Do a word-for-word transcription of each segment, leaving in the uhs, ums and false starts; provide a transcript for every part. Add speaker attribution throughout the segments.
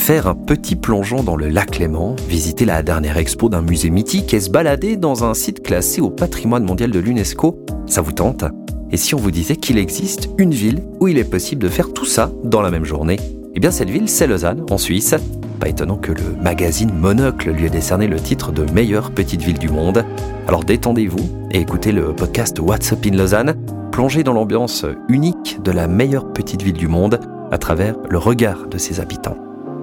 Speaker 1: faire un petit plongeon dans le lac Léman, visiter la dernière expo d'un musée mythique et se balader dans un site classé au patrimoine mondial de l'UNESCO, ça vous tente ? Et si on vous disait qu'il existe une ville où il est possible de faire tout ça dans la même journée ? Eh bien cette ville, c'est Lausanne, en Suisse. Pas étonnant que le magazine Monocle lui ait décerné le titre de meilleure petite ville du monde. Alors détendez-vous et écoutez le podcast What's Up in Lausanne, plongez dans l'ambiance unique de la meilleure petite ville du monde à travers le regard de ses habitants.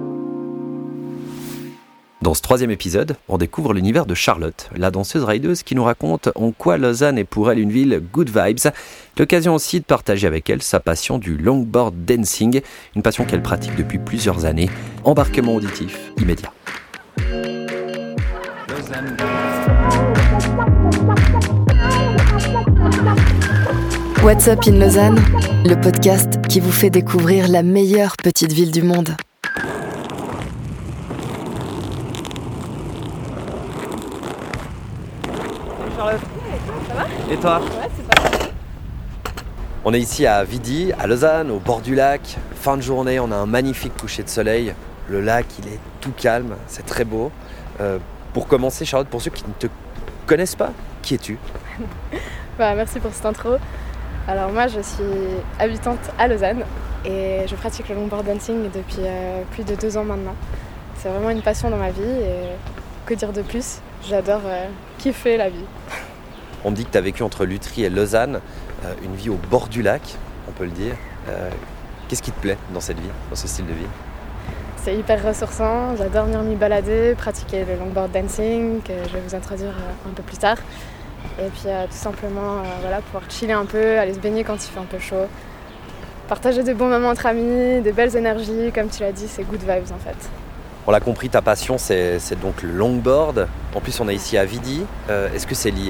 Speaker 1: Dans ce troisième épisode, on découvre l'univers de Charlotte, la danseuse rideuse qui nous raconte en quoi Lausanne est pour elle une ville good vibes. L'occasion aussi de partager avec elle sa passion du longboard dancing, une passion qu'elle pratique depuis plusieurs années. Embarquement auditif immédiat.
Speaker 2: What's Up in Lausanne, le podcast qui vous fait découvrir la meilleure petite ville du monde.
Speaker 3: Charlotte. Ça va ?
Speaker 1: Et toi ?
Speaker 3: Ouais, c'est pas mal.
Speaker 1: On est ici à Vidi, à Lausanne, au bord du lac. Fin de journée, on a un magnifique coucher de soleil. Le lac, il est tout calme, c'est très beau. Euh, pour commencer, Charlotte, pour ceux qui ne te connaissent pas, qui es-tu ?
Speaker 3: Bah, merci pour cette intro. Alors moi, je suis habitante à Lausanne et je pratique le longboard dancing depuis euh, plus de deux ans maintenant. C'est vraiment une passion dans ma vie et que dire de plus ? J'adore euh, kiffer la vie.
Speaker 1: On me dit que tu as vécu entre Lutry et Lausanne, euh, une vie au bord du lac, on peut le dire. Euh, qu'est-ce qui te plaît dans cette vie, dans ce style de vie ?
Speaker 3: C'est hyper ressourçant, j'adore venir m'y balader, pratiquer le longboard dancing, que je vais vous introduire euh, un peu plus tard. Et puis euh, tout simplement euh, voilà, pouvoir chiller un peu, aller se baigner quand il fait un peu chaud. Partager des bons moments entre amis, des belles énergies, comme tu l'as dit, c'est good vibes en fait.
Speaker 1: On l'a compris, ta passion, c'est, c'est donc le longboard. En plus, on est ici à Vidi. Euh, est-ce que c'est lié ?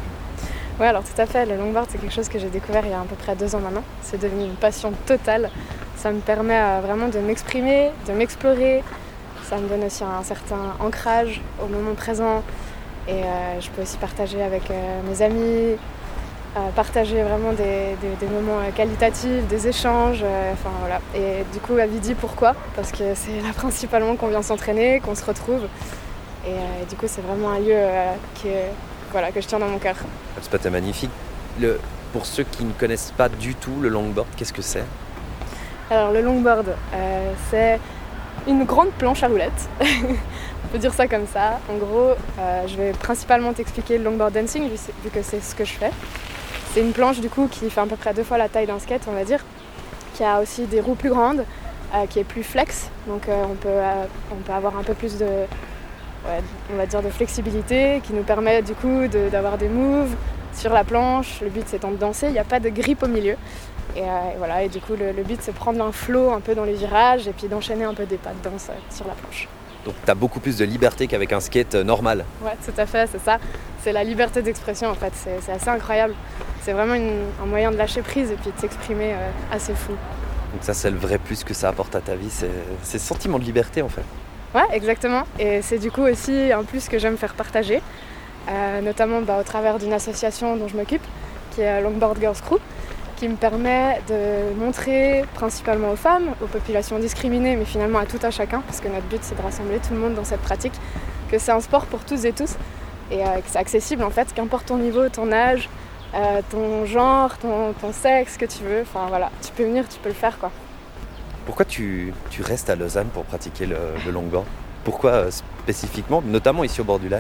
Speaker 3: Oui, alors tout à fait. Le longboard, c'est quelque chose que j'ai découvert il y a à peu près deux ans maintenant. C'est devenu une passion totale. Ça me permet euh, vraiment de m'exprimer, de m'explorer. Ça me donne aussi un certain ancrage au moment présent. Et euh, je peux aussi partager avec euh, mes amis, euh, partager vraiment des, des, des moments qualitatifs, des échanges. Euh, enfin, voilà. Et du coup, à Vidi, pourquoi ? Parce que c'est là principalement qu'on vient s'entraîner, qu'on se retrouve. Et, euh, et du coup, c'est vraiment un lieu euh, qui est, voilà, que je tiens dans mon cœur.
Speaker 1: Le spot est magnifique. Le, pour ceux qui ne connaissent pas du tout le longboard, qu'est-ce que c'est ?
Speaker 3: Alors, le longboard, euh, c'est une grande planche à roulettes. On peut dire ça comme ça. En gros, euh, je vais principalement t'expliquer le longboard dancing, vu que c'est ce que je fais. C'est une planche du coup qui fait à peu près deux fois la taille d'un skate, on va dire, qui a aussi des roues plus grandes, euh, qui est plus flex, donc euh, on, peut, euh, on peut avoir un peu plus de, ouais, on va dire de flexibilité, qui nous permet du coup de, d'avoir des moves sur la planche. Le but c'est de danser, il n'y a pas de grip au milieu. Et, euh, et voilà, et du coup le, le but c'est de prendre un flow un peu dans les virages et puis d'enchaîner un peu des pas de danse euh, sur la planche.
Speaker 1: Donc tu as beaucoup plus de liberté qu'avec un skate normal.
Speaker 3: Ouais, tout à fait, c'est ça. C'est la liberté d'expression en fait, c'est, c'est assez incroyable. C'est vraiment une, un moyen de lâcher prise et puis de s'exprimer euh, assez fou.
Speaker 1: Donc ça c'est le vrai plus que ça apporte à ta vie, c'est, c'est ce sentiment de liberté en fait.
Speaker 3: Ouais, exactement. Et c'est du coup aussi un plus que j'aime faire partager, euh, notamment bah, au travers d'une association dont je m'occupe, qui est Longboard Girls Crew, qui me permet de montrer principalement aux femmes, aux populations discriminées, mais finalement à tout un chacun, parce que notre but c'est de rassembler tout le monde dans cette pratique, que c'est un sport pour tous et tous, et euh, que c'est accessible en fait, qu'importe ton niveau, ton âge, euh, ton genre, ton, ton sexe, ce que tu veux, enfin voilà, tu peux venir, tu peux le faire quoi.
Speaker 1: Pourquoi tu, tu restes à Lausanne pour pratiquer le, le longboard ? Pourquoi euh, spécifiquement, notamment ici au bord du lac ?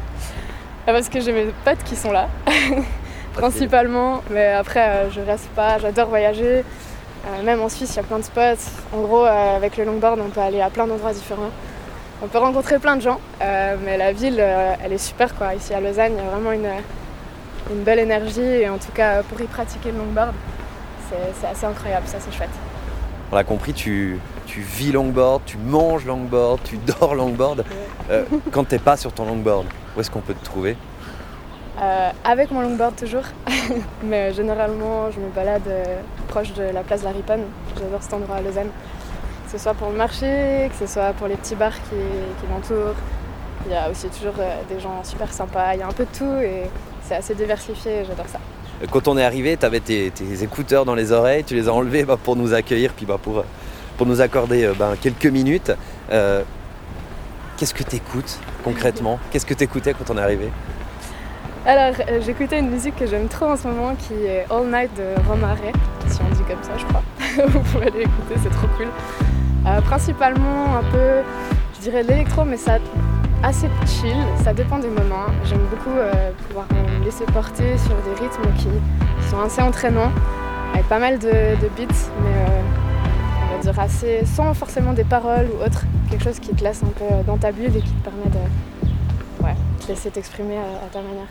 Speaker 3: Ah, parce que j'ai mes potes qui sont là. Principalement, mais après euh, je reste pas, j'adore voyager, euh, même en Suisse il y a plein de spots. En gros euh, avec le longboard on peut aller à plein d'endroits différents, on peut rencontrer plein de gens, euh, mais la ville euh, elle est super quoi. Ici à Lausanne il y a vraiment une, une belle énergie et en tout cas pour y pratiquer le longboard c'est, c'est assez incroyable, ça c'est chouette.
Speaker 1: On l'a compris, tu, tu vis longboard, tu manges longboard, tu dors longboard.
Speaker 3: Ouais.
Speaker 1: Euh, quand t'es pas sur ton longboard, où est-ce qu'on peut te trouver ?
Speaker 3: Euh, avec mon longboard toujours, mais euh, généralement je me balade euh, proche de la place de la Riponne. J'adore cet endroit à Lausanne, que ce soit pour le marché, que ce soit pour les petits bars qui, qui l'entourent. Il y a aussi toujours euh, des gens super sympas, il y a un peu de tout et c'est assez diversifié et j'adore ça.
Speaker 1: Quand on est arrivé, tu avais tes, tes écouteurs dans les oreilles, tu les as enlevés bah, pour nous accueillir, puis bah, pour, pour nous accorder bah, quelques minutes. Euh, qu'est-ce que tu écoutes concrètement? Qu'est-ce que tu écoutais quand on est arrivé?
Speaker 3: Alors, euh, j'écoutais une musique que j'aime trop en ce moment qui est All Night de Romare, si on dit comme ça, je crois. Vous pouvez aller écouter, c'est trop cool. Euh, principalement un peu, je dirais de l'électro, mais ça assez chill, ça dépend des moments. J'aime beaucoup euh, pouvoir me laisser porter sur des rythmes qui sont assez entraînants, avec pas mal de, de beats, mais euh, on va dire assez, sans forcément des paroles ou autre, quelque chose qui te laisse un peu dans ta bulle et qui te permet de ouais, te laisser t'exprimer à, à ta manière.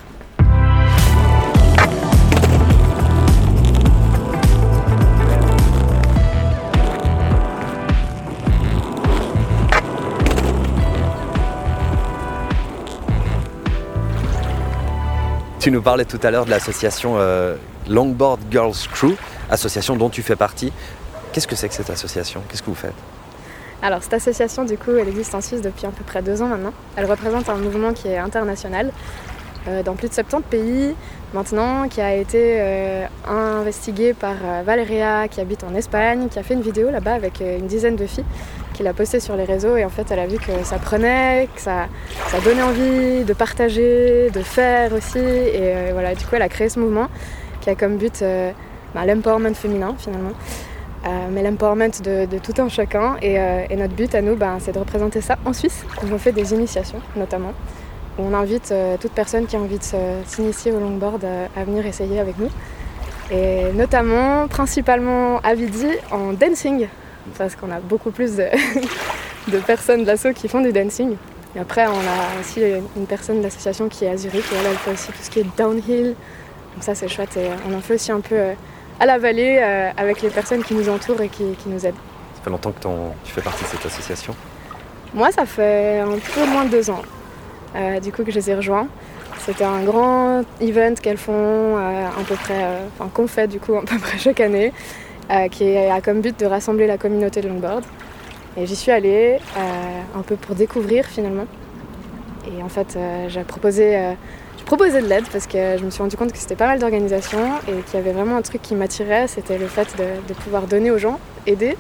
Speaker 1: Tu nous parlais tout à l'heure de l'association euh, Longboard Girls Crew, association dont tu fais partie. Qu'est-ce que c'est que cette association? Qu'est-ce que vous faites?
Speaker 3: Alors cette association, du coup, elle existe en Suisse depuis à peu près deux ans maintenant. Elle représente un mouvement qui est international, euh, dans plus de soixante-dix pays maintenant, qui a été euh, investigué par euh, Valeria, qui habite en Espagne, qui a fait une vidéo là-bas avec euh, une dizaine de filles, qui l'a postée sur les réseaux, et en fait elle a vu que ça prenait, que ça, ça donnait envie de partager, de faire aussi, et euh, voilà, du coup elle a créé ce mouvement qui a comme but euh, bah, l'empowerment féminin finalement. Euh, mais l'empowerment de, de tout un chacun, et, euh, et notre but à nous, bah, c'est de représenter ça en Suisse. On fait des initiations notamment, où on invite euh, toute personne qui a envie de se, s'initier au longboard euh, à venir essayer avec nous, et notamment, principalement à Vidi en dancing, parce qu'on a beaucoup plus de, de personnes de l'asso qui font du dancing. Et après on a aussi une personne de l'association qui est à Zurich, et elle, elle fait aussi tout ce qui est downhill, donc ça c'est chouette, et on en fait aussi un peu euh, à la vallée euh, avec les personnes qui nous entourent et qui, qui nous aident.
Speaker 1: Ça fait longtemps que tu fais partie de cette association?
Speaker 3: Moi, ça fait un peu moins de deux ans euh, du coup que je les ai rejoints. C'était un grand event qu'elles font euh, à peu près, euh, enfin qu'on fait du coup à peu près chaque année, euh, qui a comme but de rassembler la communauté de longboard. Et j'y suis allée euh, un peu pour découvrir finalement. Et en fait, euh, j'ai proposé euh, Proposer de l'aide parce que je me suis rendu compte que c'était pas mal d'organisations et qu'il y avait vraiment un truc qui m'attirait, c'était le fait de, de pouvoir donner aux gens, aider,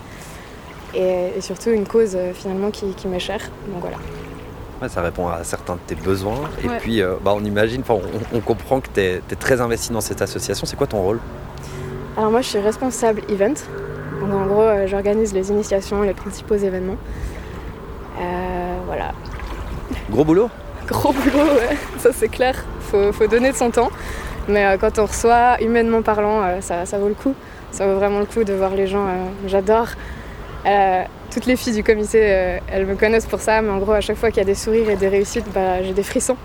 Speaker 3: et, et surtout une cause finalement qui, qui m'est chère, donc voilà.
Speaker 1: Ouais, ça répond à certains de tes besoins, et
Speaker 3: ouais.
Speaker 1: puis euh, bah, on imagine, on, on comprend que tu es très investi dans cette association. C'est quoi ton rôle?
Speaker 3: Alors moi je suis responsable event, donc en gros euh, j'organise les initiations, les principaux événements, euh, voilà.
Speaker 1: Gros boulot? Gros
Speaker 3: boulot, ouais, ça c'est clair. Faut, faut donner de son temps. Mais euh, quand on reçoit, humainement parlant, euh, ça, ça vaut le coup. Ça vaut vraiment le coup de voir les gens. Euh, j'adore. Euh, toutes les filles du comité, euh, elles me connaissent pour ça. Mais en gros, à chaque fois qu'il y a des sourires et des réussites, bah, j'ai des frissons.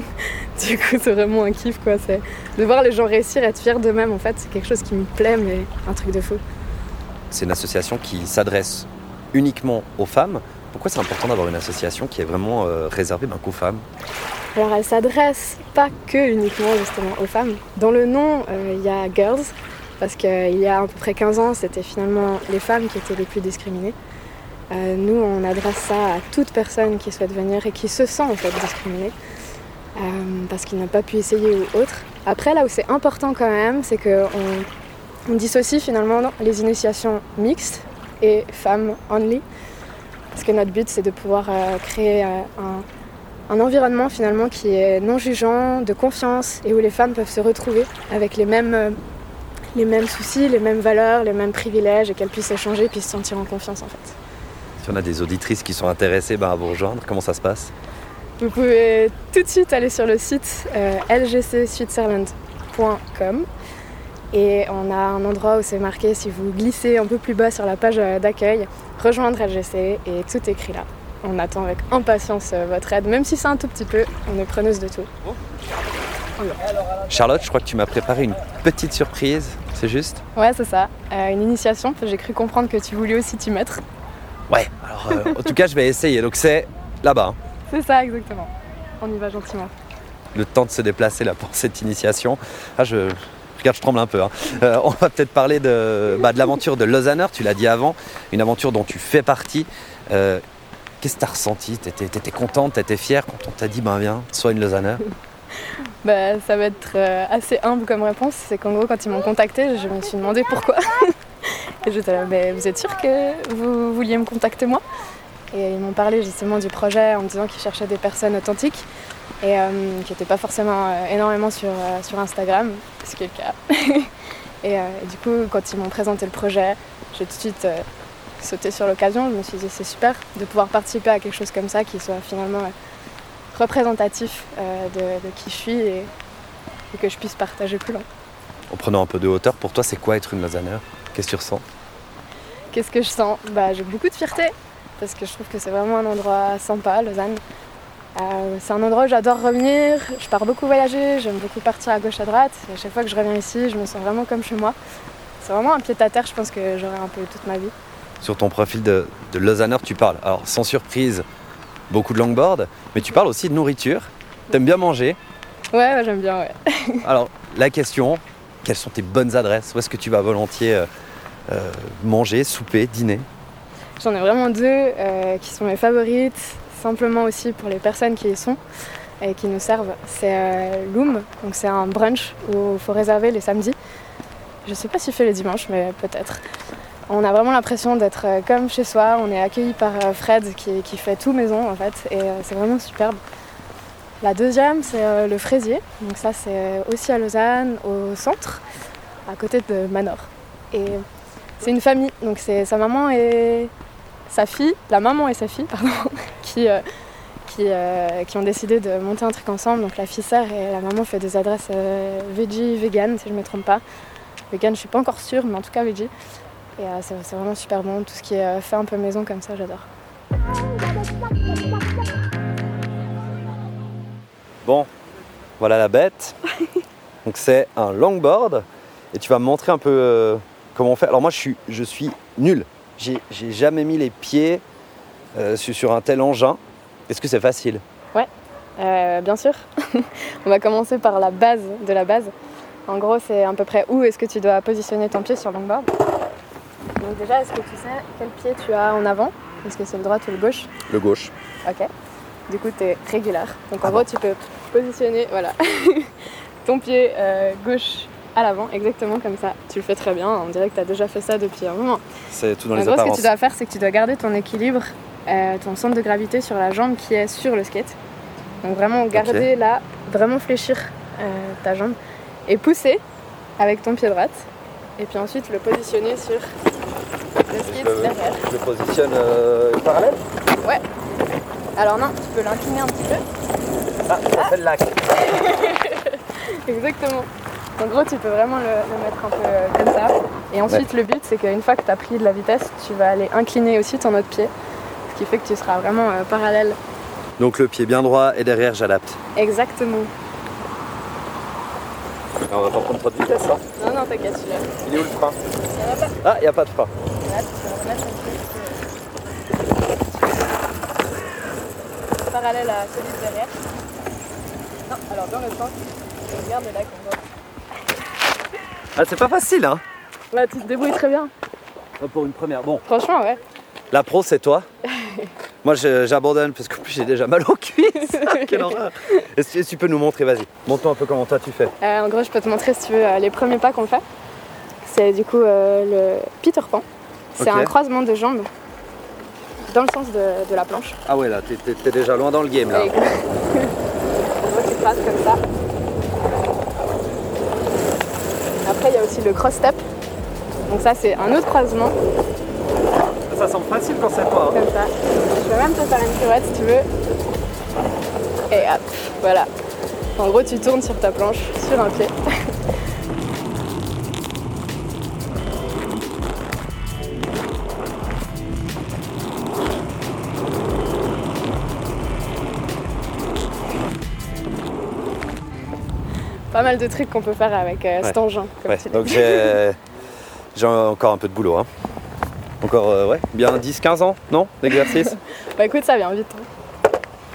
Speaker 3: Du coup, c'est vraiment un kiff, quoi. C'est de voir les gens réussir et être fiers d'eux-mêmes, en fait. C'est quelque chose qui me plaît, mais un truc de fou.
Speaker 1: C'est une association qui s'adresse uniquement aux femmes. Pourquoi c'est important d'avoir une association qui est vraiment euh, réservée ben, qu'aux femmes?
Speaker 3: Alors elle s'adresse pas que uniquement justement aux femmes. Dans le nom, euh, il y a Girls, parce qu'il y a à peu près quinze ans, c'était finalement les femmes qui étaient les plus discriminées. Euh, nous, on adresse ça à toute personne qui souhaite venir et qui se sent en fait discriminée, euh, parce qu'il n'a pas pu essayer ou autre. Après, là où c'est important quand même, c'est qu'on on dissocie finalement les initiations mixtes et femmes only. Parce que notre but, c'est de pouvoir euh, créer euh, un, un environnement finalement qui est non jugeant, de confiance, et où les femmes peuvent se retrouver avec les mêmes, euh, les mêmes soucis, les mêmes valeurs, les mêmes privilèges, et qu'elles puissent échanger, puis se sentir en confiance en fait.
Speaker 1: Si on a des auditrices qui sont intéressées ben, à vous rejoindre, comment ça se passe?
Speaker 3: Vous pouvez tout de suite aller sur le site euh, l g c switzerland point com. Et on a un endroit où c'est marqué, si vous glissez un peu plus bas sur la page d'accueil, rejoindre L G C, et tout est écrit là. On attend avec impatience votre aide, même si c'est un tout petit peu, on est preneuse de tout.
Speaker 1: Charlotte, je crois que tu m'as préparé une petite surprise, c'est juste?
Speaker 3: Ouais, c'est ça, euh, une initiation, j'ai cru comprendre que tu voulais aussi t'y mettre.
Speaker 1: Ouais, alors euh, en tout cas je vais essayer, donc c'est là-bas. Hein.
Speaker 3: C'est ça, exactement. On y va gentiment.
Speaker 1: Le temps de se déplacer là pour cette initiation. Ah, je... Regarde, je tremble un peu. Hein. Euh, on va peut-être parler de, bah, de l'aventure de Lausanner, tu l'as dit avant, une aventure dont tu fais partie. Euh, qu'est-ce que tu as ressenti? T'étais, t'étais contente, t'étais fière quand on t'a dit ben viens, sois une Lausanner?
Speaker 3: Bah, ça va être euh, assez humble comme réponse. C'est qu'en gros, quand ils m'ont contactée, je me suis demandé pourquoi. Et j'étais là, mais vous êtes sûr que vous vouliez me contacter moi? et ils m'ont parlé justement du projet en me disant qu'ils cherchaient des personnes authentiques et euh, qui n'étaient pas forcément euh, énormément sur, euh, sur Instagram, ce qui est le cas. et, euh, et du coup, quand ils m'ont présenté le projet, j'ai tout de suite euh, sauté sur l'occasion. Je me suis dit c'est super de pouvoir participer à quelque chose comme ça qui soit finalement euh, représentatif euh, de, de qui je suis et, et que je puisse partager plus loin.
Speaker 1: En prenant un peu de hauteur, pour toi, c'est quoi être une Lausannoise ? Qu'est-ce que tu ressens ?
Speaker 3: Qu'est-ce que je sens ? Bah, j'ai beaucoup de fierté parce que je trouve que c'est vraiment un endroit sympa, Lausanne. Euh, c'est un endroit où j'adore revenir, je pars beaucoup voyager, j'aime beaucoup partir à gauche à droite. Et à chaque fois que je reviens ici, je me sens vraiment comme chez moi. C'est vraiment un pied-à-terre, je pense que j'aurai un peu toute ma vie.
Speaker 1: Sur ton profil de, de Lausanneur, tu parles, alors sans surprise, beaucoup de longboard, mais tu parles aussi de nourriture. T'aimes bien manger.
Speaker 3: Ouais, ouais, j'aime bien, ouais.
Speaker 1: Alors, la question, quelles sont tes bonnes adresses ? Où est-ce que tu vas volontiers euh, euh, manger, souper, dîner ?
Speaker 3: J'en ai vraiment deux euh, qui sont mes favorites, simplement aussi pour les personnes qui y sont et qui nous servent. C'est euh, Loom, donc c'est un brunch où il faut réserver les samedis. Je sais pas s'il fait les dimanches, mais peut-être. On a vraiment l'impression d'être euh, comme chez soi. On est accueillis par euh, Fred qui, qui fait tout maison en fait, et euh, c'est vraiment superbe. La deuxième, c'est euh, le Fraisier. Donc ça, c'est aussi à Lausanne, au centre, à côté de Manor. Et c'est une famille, donc c'est sa maman et sa fille, la maman et sa fille, pardon, qui, euh, qui, euh, qui ont décidé de monter un truc ensemble. Donc la fille sert et la maman fait des adresses euh, veggie, vegan, si je ne me trompe pas. Vegan, je suis pas encore sûre, mais en tout cas veggie. Et euh, c'est, c'est vraiment super bon, tout ce qui est euh, fait un peu maison comme ça, j'adore.
Speaker 1: Bon, voilà la bête. Donc c'est un longboard et tu vas me montrer un peu euh, comment on fait. Alors moi je suis, je suis nul. J'ai, j'ai jamais mis les pieds euh, sur, sur un tel engin. Est-ce que c'est facile ?
Speaker 3: Ouais, euh, bien sûr. On va commencer par la base de la base. En gros, c'est à peu près où est-ce que tu dois positionner ton pied sur le longboard. Donc déjà, est-ce que tu sais quel pied tu as en avant ? Est-ce que c'est le droit ou le gauche ?
Speaker 1: Le gauche.
Speaker 3: Ok. Du coup, tu es régulier. Donc en
Speaker 1: Ah
Speaker 3: gros,
Speaker 1: bon.
Speaker 3: tu peux positionner voilà, ton pied euh, gauche à l'avant, exactement comme ça. Tu le fais très bien, on dirait que tu as déjà fait ça depuis un moment.
Speaker 1: C'est tout dans
Speaker 3: En
Speaker 1: les
Speaker 3: gros,
Speaker 1: apparences.
Speaker 3: ce que tu dois faire, c'est que tu dois garder ton équilibre, euh, ton centre de gravité sur la jambe qui est sur le skate. Donc vraiment garder
Speaker 1: Okay.
Speaker 3: là, vraiment fléchir euh, ta jambe et pousser avec ton pied droit. Et puis ensuite le positionner sur le skate
Speaker 1: Je le-
Speaker 3: derrière.
Speaker 1: Je le positionne euh, parallèle.
Speaker 3: Ouais. Alors non, tu peux l'incliner un petit peu.
Speaker 1: Ah, ça fait le lac.
Speaker 3: Exactement. En gros, tu peux vraiment le, le mettre un peu euh, comme ça. Et ensuite, ouais. Le but, c'est qu'une fois que tu as pris de la vitesse, tu vas aller incliner aussi ton autre pied. Ce qui fait que tu seras vraiment euh, parallèle.
Speaker 1: Donc le pied bien droit et derrière, j'adapte.
Speaker 3: Exactement.
Speaker 1: Alors, on va pas prendre trop de vitesse, hein.
Speaker 3: Non, non, t'inquiète, celui-là.
Speaker 1: Il est où le frein ?
Speaker 3: Ça va pas.
Speaker 1: Ah, il n'y a pas de frein.
Speaker 3: Là, tu vas remettre un peu parallèle à celui de derrière. Non, alors dans le sens, regarde là qu'on voit.
Speaker 1: Ah, c'est pas facile, hein.
Speaker 3: Là, tu te débrouilles très bien.
Speaker 1: Pour une première. Bon.
Speaker 3: Franchement, ouais.
Speaker 1: La pro, c'est toi. Moi, je, j'abandonne parce qu'en plus, j'ai déjà mal aux cuisses. Quelle horreur. Est-ce que tu peux nous montrer, vas-y. Montre-moi un peu comment toi tu fais.
Speaker 3: Euh, en gros, je peux te montrer si tu veux euh, les premiers pas qu'on fait. C'est du coup euh, le Peter Pan. C'est
Speaker 1: Okay.
Speaker 3: un croisement de jambes dans le sens de, de la planche.
Speaker 1: Ah ouais, là, t'es, t'es, t'es déjà loin dans le game, là.
Speaker 3: Et... en gros, tu passes comme ça. Après, il y a aussi le cross-step. Donc ça, c'est un autre croisement.
Speaker 1: Ça semble facile quand c'est toi. Hein.
Speaker 3: Comme ça. Je peux même te faire une pirouette si tu veux. Et hop, voilà. En gros, tu tournes sur ta planche, sur un pied. Pas mal de trucs qu'on peut faire avec euh,
Speaker 1: Ouais.
Speaker 3: cet engin. Comme
Speaker 1: Ouais,
Speaker 3: tu dis.
Speaker 1: donc j'ai, j'ai encore un peu de boulot. Hein. Encore, euh, ouais, bien dix quinze ans, non, d'exercice.
Speaker 3: Bah écoute, ça vient vite. Hein.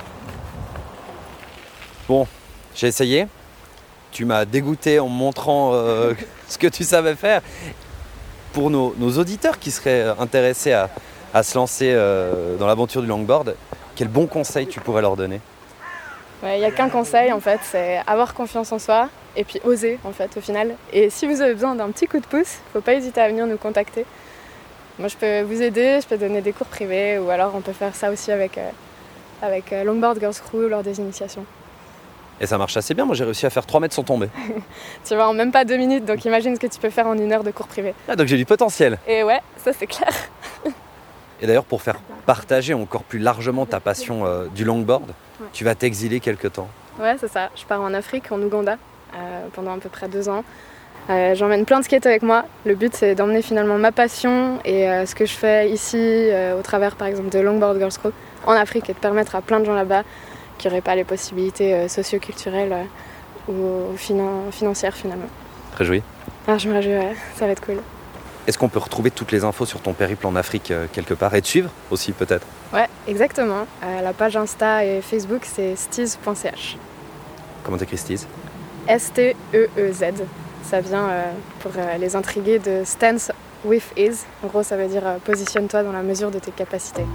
Speaker 1: Bon, j'ai essayé. Tu m'as dégoûté en me montrant euh, ce que tu savais faire. Pour nos, nos auditeurs qui seraient intéressés à, à se lancer euh, dans l'aventure du longboard, quel bon conseil tu pourrais leur donner ?
Speaker 3: Il n'y a qu'un conseil en fait, c'est avoir confiance en soi et puis oser en fait au final. Et si vous avez besoin d'un petit coup de pouce, faut pas hésiter à venir nous contacter. Moi, je peux vous aider, je peux donner des cours privés, ou alors on peut faire ça aussi avec, euh, avec euh, Longboard Girls Crew lors des initiations.
Speaker 1: Et ça marche assez bien, moi j'ai réussi à faire trois mètres sans tomber.
Speaker 3: Tu vois, en même pas deux minutes, donc imagine ce que tu peux faire en une heure de cours privé.
Speaker 1: Ah, donc j'ai du potentiel.
Speaker 3: Et ouais, ça c'est clair.
Speaker 1: Et d'ailleurs, pour faire partager encore plus largement ta passion euh, du longboard, ouais. Tu vas t'exiler quelque temps.
Speaker 3: Ouais, c'est ça. Je pars en Afrique, en Ouganda, euh, pendant à peu près deux ans. Euh, j'emmène plein de skates avec moi. Le but, c'est d'emmener finalement ma passion et euh, ce que je fais ici, euh, au travers par exemple de Longboard Girls Crew, en Afrique, et de permettre à plein de gens là-bas qui n'auraient pas les possibilités euh, socio-culturelles euh, ou finan- financières finalement.
Speaker 1: Réjoui.
Speaker 3: Alors je me réjouis, ouais. Ça va être cool.
Speaker 1: Est-ce qu'on peut retrouver toutes les infos sur ton périple en Afrique euh, quelque part et te suivre aussi peut-être?
Speaker 3: Ouais, exactement. Euh, la page Insta et Facebook, c'est steez point c h.
Speaker 1: Comment t'écris Steez?
Speaker 3: S T E E Z. Ça vient euh, pour euh, les intriguer de Stance with Ease. En gros, ça veut dire euh, positionne-toi dans la mesure de tes capacités.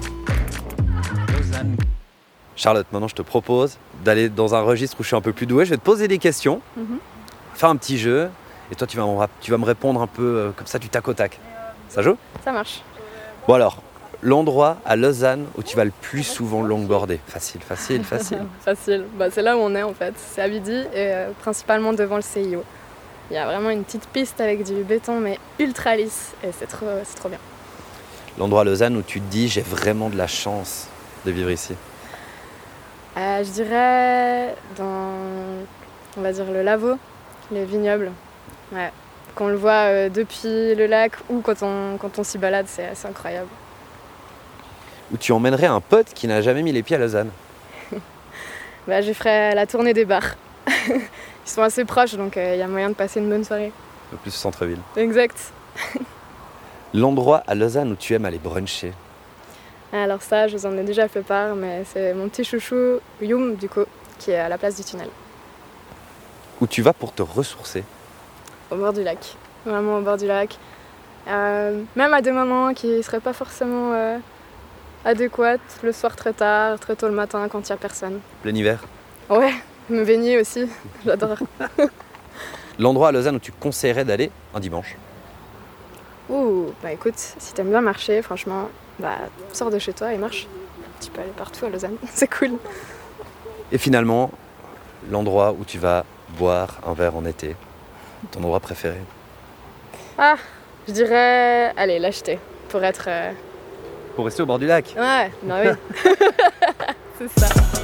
Speaker 1: Charlotte, maintenant je te propose d'aller dans un registre où je suis un peu plus doué. Je vais te poser des questions, mm-hmm. faire un petit jeu, et toi tu vas, me, tu vas me répondre un peu euh, comme ça du tac au tac. Ça joue?
Speaker 3: Ça marche.
Speaker 1: Bon alors, l'endroit à Lausanne où tu vas le plus souvent longboarder? Facile, facile, facile.
Speaker 3: Facile. Bah, c'est là où on est en fait. C'est à Vidi et euh, principalement devant le C I O. Il y a vraiment une petite piste avec du béton mais ultra lisse et c'est trop, c'est trop bien.
Speaker 1: L'endroit à Lausanne où tu te dis j'ai vraiment de la chance de vivre ici?
Speaker 3: Euh, je dirais dans, on va dire, le Lavaux, les vignobles. Ouais. Qu'on le voit euh, depuis le lac ou quand on, quand on s'y balade, c'est assez incroyable.
Speaker 1: Où tu emmènerais un pote qui n'a jamais mis les pieds à Lausanne?
Speaker 3: Bah, je ferais la tournée des bars. Ils sont assez proches, donc il euh, y a moyen de passer une bonne soirée.
Speaker 1: Un peu plus centre-ville.
Speaker 3: Exact.
Speaker 1: L'endroit à Lausanne où tu aimes aller bruncher?
Speaker 3: Alors ça, je vous en ai déjà fait part, mais c'est mon petit chouchou, Youm, du coup, qui est à la place du tunnel.
Speaker 1: Où tu vas pour te ressourcer?
Speaker 3: Au bord du lac. Vraiment au bord du lac. Euh, même à des moments qui ne seraient pas forcément euh, adéquates, le soir très tard, très tôt le matin, quand il n'y a personne.
Speaker 1: Plein hiver?
Speaker 3: Ouais, me baigner aussi, j'adore.
Speaker 1: L'endroit à Lausanne où tu conseillerais d'aller un dimanche?
Speaker 3: Ouh, bah écoute, si t'aimes bien marcher, franchement, bah sors de chez toi et marche. Tu peux aller partout à Lausanne, c'est cool.
Speaker 1: Et finalement, l'endroit où tu vas boire un verre en été, ton endroit préféré?
Speaker 3: Ah, je dirais, allez, l'acheter, pour être... Euh...
Speaker 1: Pour rester au bord du lac?
Speaker 3: Ouais, bah oui. C'est ça.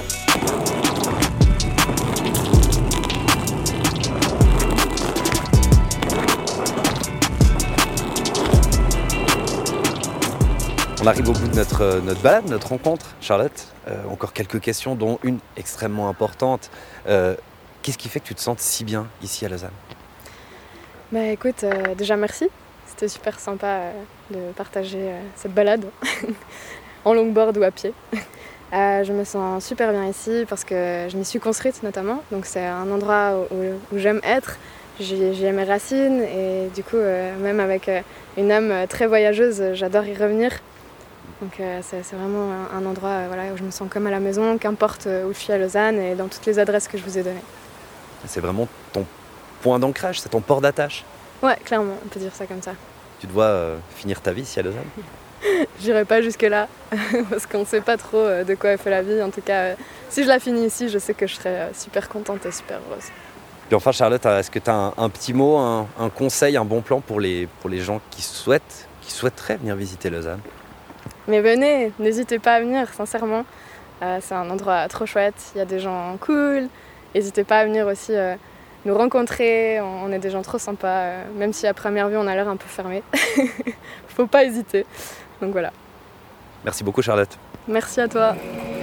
Speaker 1: On arrive au bout de notre, notre balade, notre rencontre, Charlotte. Euh, encore quelques questions, dont une extrêmement importante. Euh, qu'est-ce qui fait que tu te sentes si bien ici à Lausanne?
Speaker 3: Bah écoute, euh, déjà merci. C'était super sympa euh, de partager euh, cette balade en longboard ou à pied. Euh, je me sens super bien ici parce que je m'y suis construite notamment. Donc c'est un endroit où, où j'aime être. J'y, j'y ai mes racines et du coup, euh, même avec euh, une âme très voyageuse, j'adore y revenir. Donc euh, c'est, c'est vraiment un, un endroit euh, voilà, où je me sens comme à la maison, qu'importe où je suis à Lausanne et dans toutes les adresses que je vous ai données.
Speaker 1: C'est vraiment ton point d'ancrage, c'est ton port d'attache?
Speaker 3: Ouais, clairement, on peut dire ça comme ça.
Speaker 1: Tu dois euh, finir ta vie ici à Lausanne?
Speaker 3: J'irai pas jusque-là, parce qu'on ne sait pas trop euh, de quoi elle fait la vie. En tout cas, euh, si je la finis ici, je sais que je serai euh, super contente et super heureuse.
Speaker 1: Puis enfin, Charlotte, est-ce que tu as un, un petit mot, un, un conseil, un bon plan pour les, pour les gens qui souhaitent, qui souhaiteraient venir visiter Lausanne?
Speaker 3: Mais venez, n'hésitez pas à venir, sincèrement. Euh, c'est un endroit trop chouette, il y a des gens cool. N'hésitez pas à venir aussi euh, nous rencontrer, on, on est des gens trop sympas. Euh, même si à première vue, on a l'air un peu fermé. Faut pas hésiter. Donc voilà.
Speaker 1: Merci beaucoup, Charlotte.
Speaker 3: Merci à toi.